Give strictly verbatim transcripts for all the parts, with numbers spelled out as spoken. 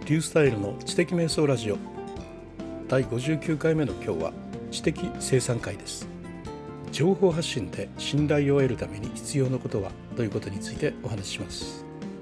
リュースタイルの知的瞑想ラジオだいごじゅうきゅうかいめの今日は知的生産会です。情報発信で信頼を得るために必要なことはということについてお話しします。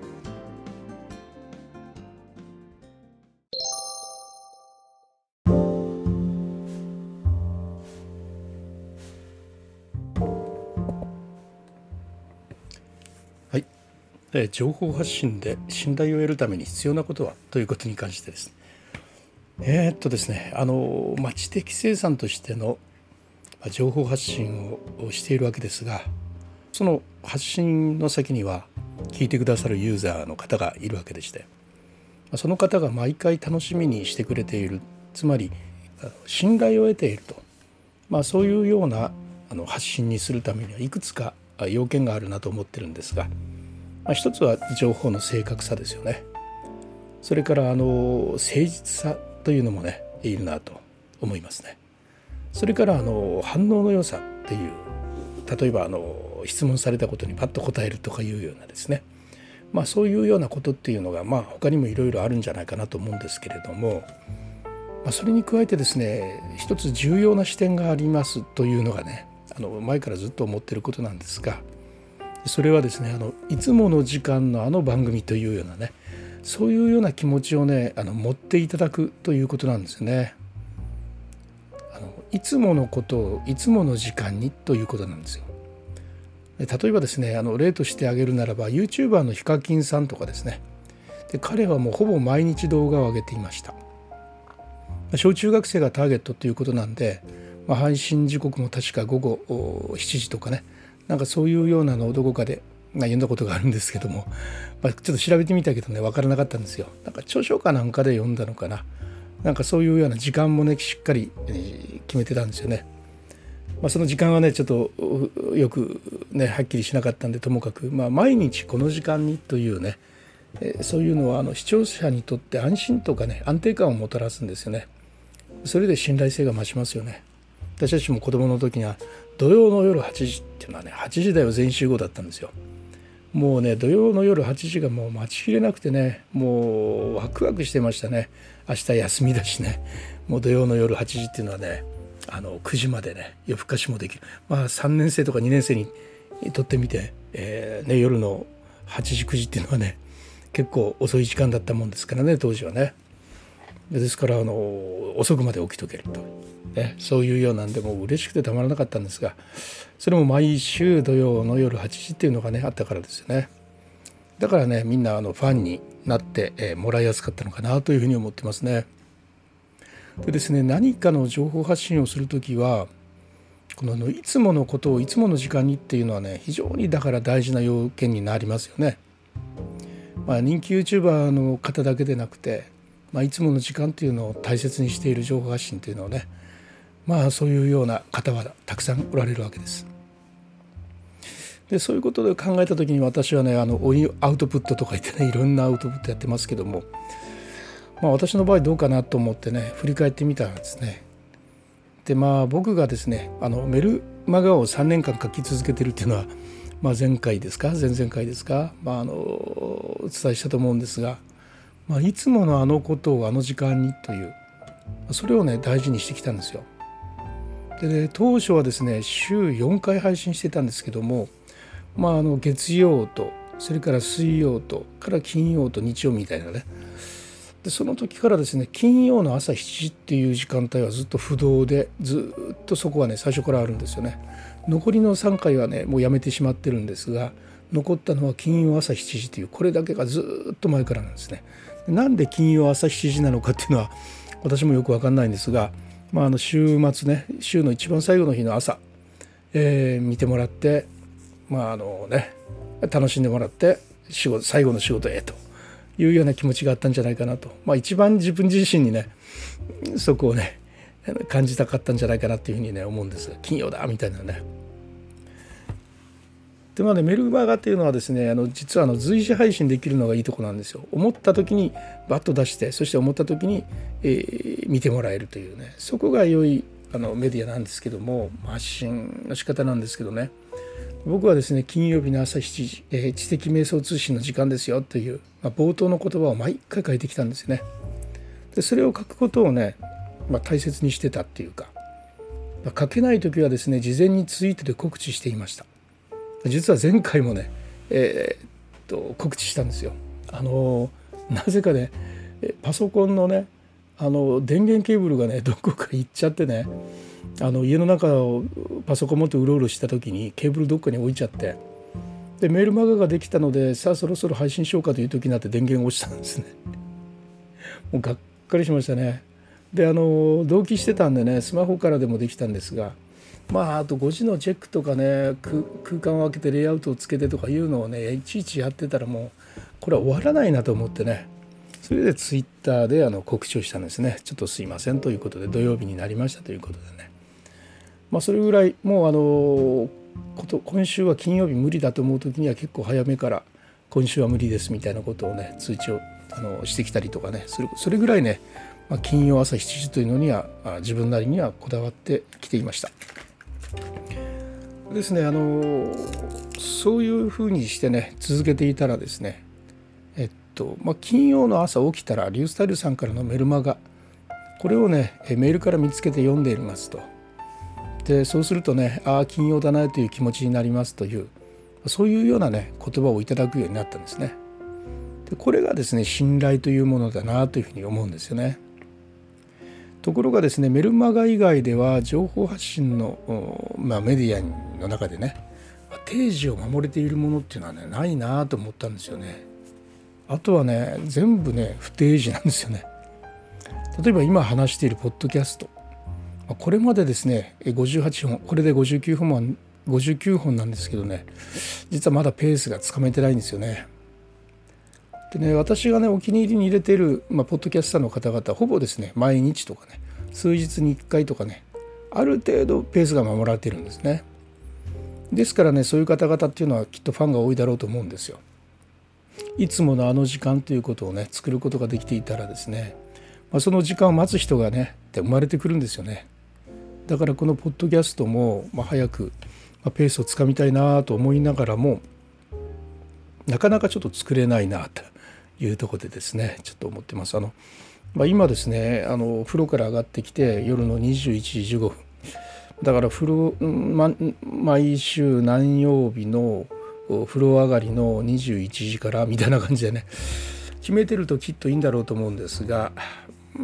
はい、えー、情報発信で信頼を得るために必要なことはということに関してですねえー、っとですねあの、まあ、知的生産としての情報発信をしているわけですが、その発信の先には聞いてくださるユーザーの方がいるわけでして、その方が毎回楽しみにしてくれている、つまり信頼を得ていると、まあ、そういうようなあの発信にするためにはいくつか要件があるなと思ってるんですが、まあ、一つは情報の正確さですよね。それからあの誠実さというのもねいるなと思いますね。それからあの反応の良さっていう、例えばあの質問されたことにパッと答えるとかいうようなですね、まあそういうようなことっていうのがまあ他にもいろいろあるんじゃないかなと思うんですけれども、まあ、それに加えてですね一つ重要な視点がありますというのがね、あの前からずっと思っていることなんですが、それはですねあのいつもの時間のあの番組というようなね、そういうような気持ちをねあの持っていただくということなんですよね。あのいつものことをいつもの時間にということなんですよ。で例えばですねあの例として挙げるならば YouTuber のヒカキンさんとかですね、で彼はもうほぼ毎日動画を上げていました。小中学生がターゲットということなんで、まあ、配信時刻も確か午後しちじとかね、なんかそういうようなのをどこかで読んだことがあるんですけども、まあ、ちょっと調べてみたけどね分からなかったんですよ。なんか著書かなんかで読んだのかな、なんかそういうような時間もねしっかり決めてたんですよね。まあ、その時間はねちょっとよくねはっきりしなかったんでともかく、まあ、毎日この時間にというね、そういうのはあの視聴者にとって安心とかね安定感をもたらすんですよね。それで信頼性が増しますよね。私たちも子供の時には土曜の夜はちじっていうのはねはちじ台は全員集合だったんですよ。もうね土曜の夜はちじがもう待ちきれなくてね、もうワクワクしてましたね。明日休みだしね、もう土曜の夜はちじっていうのはねあのくじまでね夜更かしもできる。まあさんねん生とかにねん生にとってみて、えーね、夜のはちじくじっていうのはね結構遅い時間だったもんですからね当時はね。ですからあの遅くまで起きとけると、ね、そういうようなんでもう嬉しくてたまらなかったんですが、それも毎週土曜の夜はちじっていうのがねあったからですよね。だからねみんなあのファンになって、えー、もらいやすかったのかなというふうに思ってますね。でですね何かの情報発信をするときはこのあのいつものことをいつもの時間にっていうのはね非常にだから大事な要件になりますよね。まあ、人気 YouTuber の方だけでなくて、まあ、いつもの時間っていうのを大切にしている情報発信というのをね、まあそういうような方はたくさんおられるわけです。でそういうことで考えた時に私はねあのアウトプットとか言ってねいろんなアウトプットやってますけども、まあ、私の場合どうかなと思ってね振り返ってみたらですね、でまあ僕がですねあのメルマガをさんねんかん書き続けてるっていうのは、まあ、前回ですか前々回ですか、まあ、あのお伝えしたと思うんですが、まあ、いつものあのことをあの時間にというそれをね大事にしてきたんですよ。で、ね、当初はですね週よんかい配信してたんですけども、まあ、あの月曜とそれから水曜とから金曜と日曜みたいなね、でその時からですね金曜の朝しちじっていう時間帯はずっと不動でずっとそこはね最初からあるんですよね。残りのさんかいはねもうやめてしまってるんですが、残ったのは金曜朝しちじというこれだけがずっと前からなんですね。なんで金曜朝しちじなのかっていうのは私もよく分かんないんですが、まあ、あの週末ね週の一番最後の日の朝、えー、見てもらってまああのね楽しんでもらって仕事最後の仕事へというような気持ちがあったんじゃないかなと、まあ、一番自分自身にねそこをね感じたかったんじゃないかなっていうふうにね思うんですが、金曜だみたいなね。でまあね、メルマガっていうのはですねあの実はあの随時配信できるのがいいとこなんですよ。思った時にバッと出して、そして思った時に、えー、見てもらえるというね、そこが良いあのメディアなんですけども、発信の仕方なんですけどね、 僕はですね金曜日の朝しちじ、えー、知的瞑想通信の時間ですよという、まあ、冒頭の言葉を毎回書いてきたんですよね。でそれを書くことをね、まあ、大切にしてたっていうか、まあ、書けない時はですね事前にツイートで告知していました。実は前回もね、えー、っと告知したんですよ。あのなぜかねパソコンのねあの電源ケーブルがねどこか行っちゃってね、あの家の中をパソコン持ってうろうろした時にケーブルどっかに置いちゃって、でメールマガができたのでさあそろそろ配信しようかという時になって電源が落ちたんですね。もうがっかりしましたね。であの同期してたんでねスマホからでもできたんですが、まああとごじのチェックとかね空間を空けてレイアウトをつけてとかいうのをねいちいちやってたらもうこれは終わらないなと思ってね、それでツイッターであの告知をしたんですね。ちょっとすいませんということで土曜日になりましたということでね、まあそれぐらいもうあのこと今週は金曜日無理だと思う時には結構早めから今週は無理ですみたいなことをね通知をあのしてきたりとかね、それ、それぐらいね、まあ、金曜朝しちじというのには自分なりにはこだわってきていましたですね。あのそういうふうにしてね続けていたらですね、えっとまあ、金曜の朝起きたらリュースタイルさんからのメルマガ、これをねメールから見つけて読んでいますと。でそうするとね、ああ金曜だなという気持ちになりますという、そういうようなね言葉をいただくようになったんですね。でこれがですね信頼というものだなというふうに思うんですよね。ところがですねメルマガ以外では情報発信の、まあ、メディアの中でね定時を守れているものっていうのはねないなと思ったんですよね。あとはね全部ね不定時なんですよね。例えば今話しているポッドキャスト、これまでですねごじゅうはちほん、これでごじゅうきゅうほんごじゅうきゅうほんなんですけどね、実はまだペースがつかめてないんですよね。でね私がねお気に入りに入れている、まあ、ポッドキャスターの方々ほぼですね毎日とかね数日にいっかいとかねある程度ペースが守られているんですね。ですからねそういう方々っていうのはきっとファンが多いだろうと思うんですよ。いつものあの時間ということをね作ることができていたらですね、まあ、その時間を待つ人がねって生まれてくるんですよね。だからこのポッドキャストも、まあ、早くペースをつかみたいなと思いながらもなかなかちょっと作れないなというところでですねちょっと思ってます。あの、まあ、今ですねあの風呂から上がってきて夜のにじゅういちじじゅうごふんだから風呂、ま、毎週何曜日の風呂上がりのにじゅういちじからみたいな感じでね決めてるときっといいんだろうと思うんですが、うん、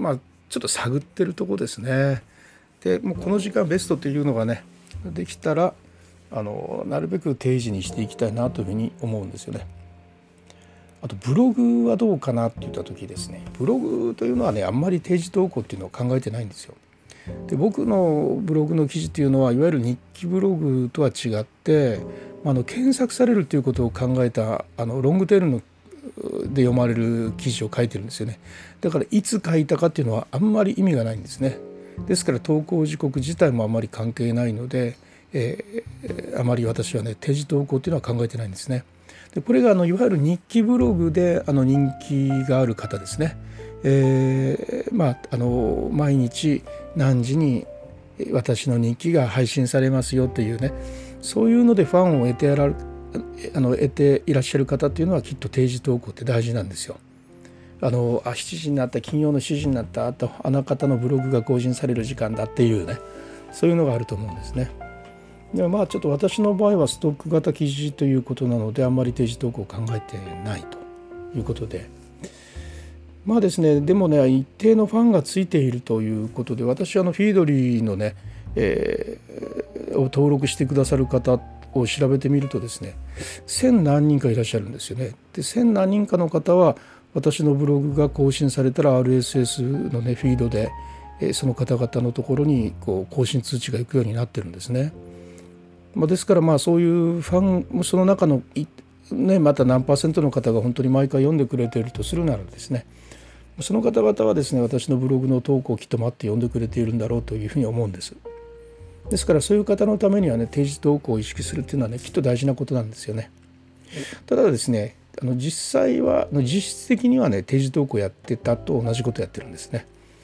まあちょっと探ってるとこですね。でもうこの時間ベストというのがねできたらあのなるべく定時にしていきたいなというふうに思うんですよね。あとブログはどうかなって言った時ですね、ブログというのはねあんまり定時投稿っていうのを考えてないんですよ。で僕のブログの記事っていうのはいわゆる日記ブログとは違ってあの検索されるということを考えたあのロングテールので読まれる記事を書いてるんですよね。だからいつ書いたかっていうのはあんまり意味がないんですね。ですから投稿時刻自体もあまり関係ないので、えー、あまり私はね定時投稿っていうのは考えてないんですね。でこれがあのいわゆる日記ブログであの人気がある方ですね。えー、まああの毎日何時に私の日記が配信されますよというね、そういうのでファンを得てやらあの得ていらっしゃる方っていうのはきっと定時投稿って大事なんですよ。あのあしちじになった金曜のしちじになったあとあの方のブログが更新される時間だっていうね、そういうのがあると思うんですね。でもまあちょっと私の場合はストック型記事ということなのであんまり定時投稿を考えてないということで、まあですねでもね一定のファンがついているということで、私はあのフィードリーのね、えー、を登録してくださる方を調べてみるとですね千何人かいらっしゃるんですよね。で千何人かの方は私のブログが更新されたら アールエスエス のねフィードでその方々のところにこう更新通知が行くようになってるんですね。まあ、ですからまあそういうファンもその中のねまた何パーセントの方が本当に毎回読んでくれているとするならですね、その方々はですね私のブログの投稿をきっと待って読んでくれているんだろうというふうに思うんです。ですからそういう方のためにはね定時投稿を意識するっていうのはねきっと大事なことなんですよね。ただですねあの実際は実質的にはね定時投稿やってたと同じことやってるんですね。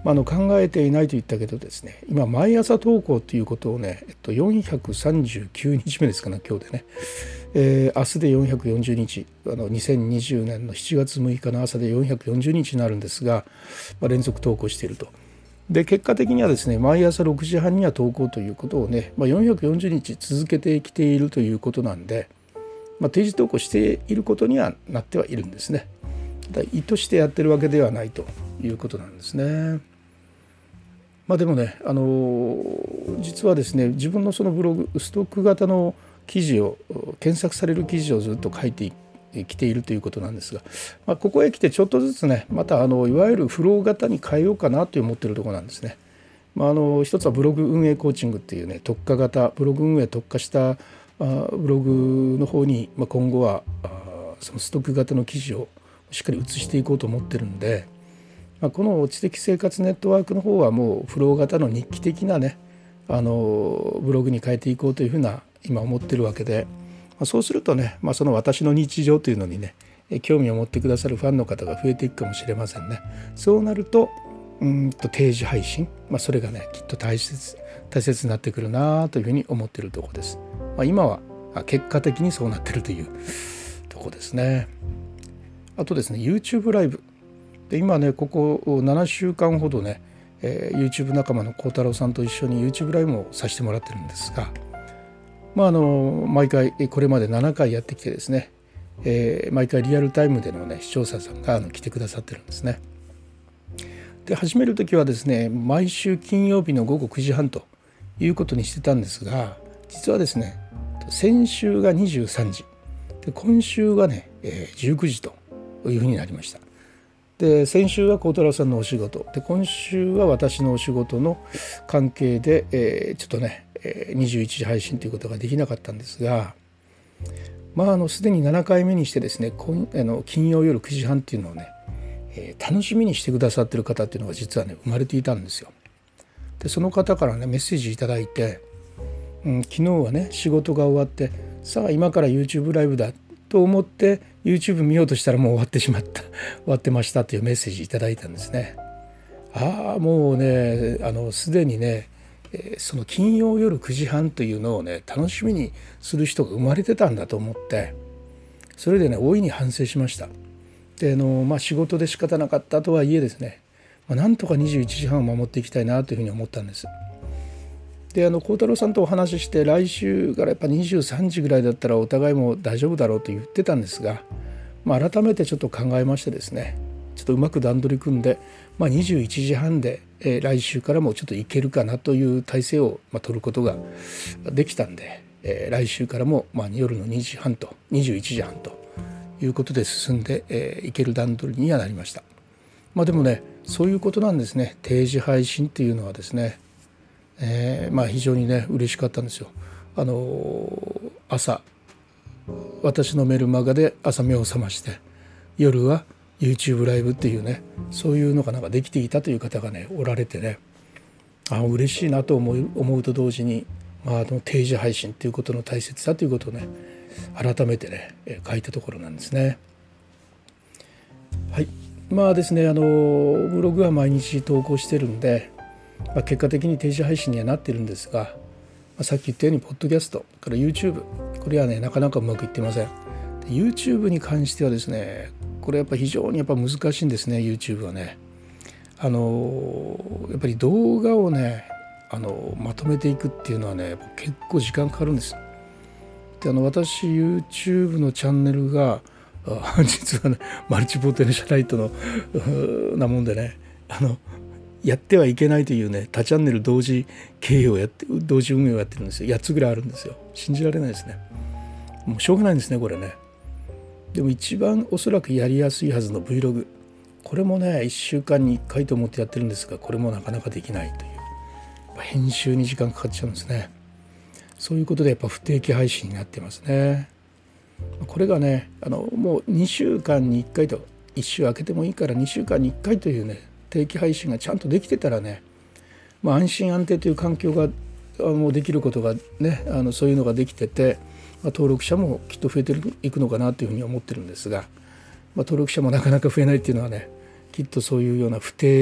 まあ、あの考えていないと言ったけどですね、今毎朝投稿ということをね、えっと、よんひゃくさんじゅうきゅうにちめですかね、今日でね、えー、明日でよんひゃくよんじゅうにち、あのにせんにじゅうねんのしちがつむいかの朝でよんひゃくよんじゅうにちになるんですが、まあ、連続投稿していると。で結果的にはですね、毎朝ろくじはんには投稿ということをね、まあ、よんひゃくよんじゅうにち続けてきているということなんで、まあ、定時投稿していることにはなってはいるんですね。ただ意図してやってるわけではないということなんですね。まあでもね、あの実はですね、自分のそのブログストック型の記事を検索される記事をずっと書いてきているということなんですが、まあ、ここへ来てちょっとずつね、またあのいわゆるフロー型に変えようかなと思っているところなんですね。まあ、あの一つはブログ運営コーチングっていうね、特化型ブログ運営特化したブログの方に、まあ、今後はそのストック型の記事をしっかり移していこうと思ってるんで、まあ、この知的生活ネットワークの方はもうフロー型の日記的なね、あのブログに変えていこうというふうな今思ってるわけで、まあ、そうするとね、まあ、その私の日常というのにね興味を持ってくださるファンの方が増えていくかもしれませんね。そうなるとうんと定時配信、まあ、それがねきっと大切大切になってくるなというふうに思っているところです。まあ、今は結果的にそうなっているというところですね。あとですね、 YouTube ライブで今ねここななしゅうかんほどね、えー、YouTube 仲間の幸太郎さんと一緒に YouTube ライブもさせてもらってるんですが、まあ、あの毎回これまでななかいやってきてですね、えー、毎回リアルタイムでの、ね、視聴者さんがあの来てくださってるんですね。で始める時はですね、毎週金曜日のごごくじはんということにしてたんですが、実はですね先週がにじゅうさんじで今週がね、えー、じゅうくじというふうになりました。で先週は幸太郎さんのお仕事で、今週は私のお仕事の関係で、えー、ちょっとねにじゅういちじ配信ということができなかったんですが、まああのすでにななかいめにしてですね、今あの金曜夜くじはんっていうのをね、えー、楽しみにしてくださってる方っていうのが実はね生まれていたんですよ。でその方からねメッセージいただいて、うん、昨日はね仕事が終わってさあ今から YouTube ライブだと思って YouTube 見ようとしたらもう終わってしまった終わってましたというメッセージいただいたんですね。ああもうねあのすでにねその金曜夜くじはんというのをね楽しみにする人が生まれてたんだと思って、それでね大いに反省しました。であの、まあ、仕事で仕方なかったとはいえですね、まあ、なんとかにじゅういちじはんを守っていきたいなというふうに思ったんです。であの幸太郎さんとお話しして、来週からやっぱにじゅうさんじぐらいだったらお互いも大丈夫だろうと言ってたんですが、まあ、改めてちょっと考えましてですね、ちょっとうまく段取り組んで、まあ、にじゅういちじはんで、えー、来週からもちょっといけるかなという体制を、まあ、取ることができたんで、えー、来週からも、まあ、夜のにじはんとにじゅういちじはんということで進んで、えー、いける段取りにはなりました。まあ、でもねそういうことなんですね。定時配信っていうのはですね、えー、まあ非常にね嬉しかったんですよ。あの朝私のメルマガで朝目を覚まして、夜は YouTube ライブっていうね、そういうのがなんかできていたという方がねおられてね、あ嬉しいなと思う、思うと同時に、まあ、あの定時配信ということの大切さということをね改めてね書いたところなんですね。はい、まあですねあのブログは毎日投稿してるんで、まあ、結果的に定時配信にはなってるんですが、まあ、さっき言ったようにポッドキャストから YouTube、 これはねなかなかうまくいってません。で YouTube に関してはですね、これやっぱ非常にやっぱ難しいんですね。 YouTube はねあのやっぱり動画をねあのまとめていくっていうのはね結構時間かかるんです。であの私 YouTube のチャンネルが実はねマルチポテンシャライトのなもんでね、あのやってはいけないというね多チャンネル同時経営をやって同時運営をやってるんですよ。やっつぐらいあるんですよ。信じられないですね。もうしょうがないんですねこれね。でも一番おそらくやりやすいはずの Vlog、 これもねいっしゅうかんにいっかいと思ってやってるんですが、これもなかなかできないという、編集に時間かかっちゃうんですね。そういうことでやっぱ不定期配信になってますね。これがねあのもうにしゅうかんにいっかいと、いっ週空けてもいいからにしゅうかんにいっかいというね定期配信がちゃんとできてたらね、まあ、安心安定という環境がもうできることがね、あのそういうのができてて、まあ、登録者もきっと増えていくのかなというふうに思ってるんですが、まあ、登録者もなかなか増えないっていうのはね、きっとそういうような不定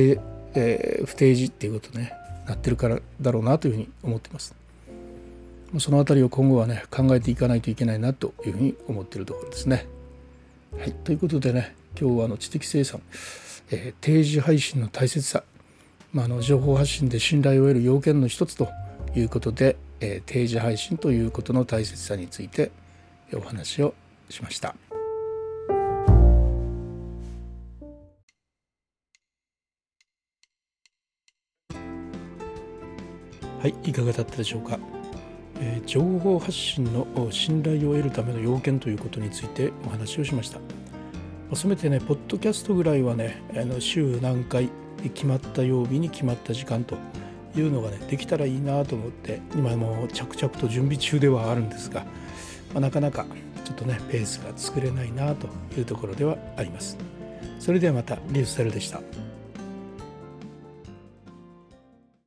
えー、不提示っていうことねなってるからだろうなというふうに思っています。そのあたりを今後はね考えていかないといけないなというふうに思っているところですね。はい、ということでね、今日はあの知的生産、えー、定時配信の大切さ、まあ、あの情報発信で信頼を得る要件の一つということで、えー、定時配信ということの大切さについてお話をしました。はい、いかがだったでしょうか。えー、情報発信の信頼を得るための要件ということについてお話をしました。せめてね、ポッドキャストぐらいはね、あの週何回決まった曜日に決まった時間というのがねできたらいいなと思って今も着々と準備中ではあるんですが、まあ、なかなかちょっとねペースが作れないなというところではあります。それではまた、リュースタイルでした。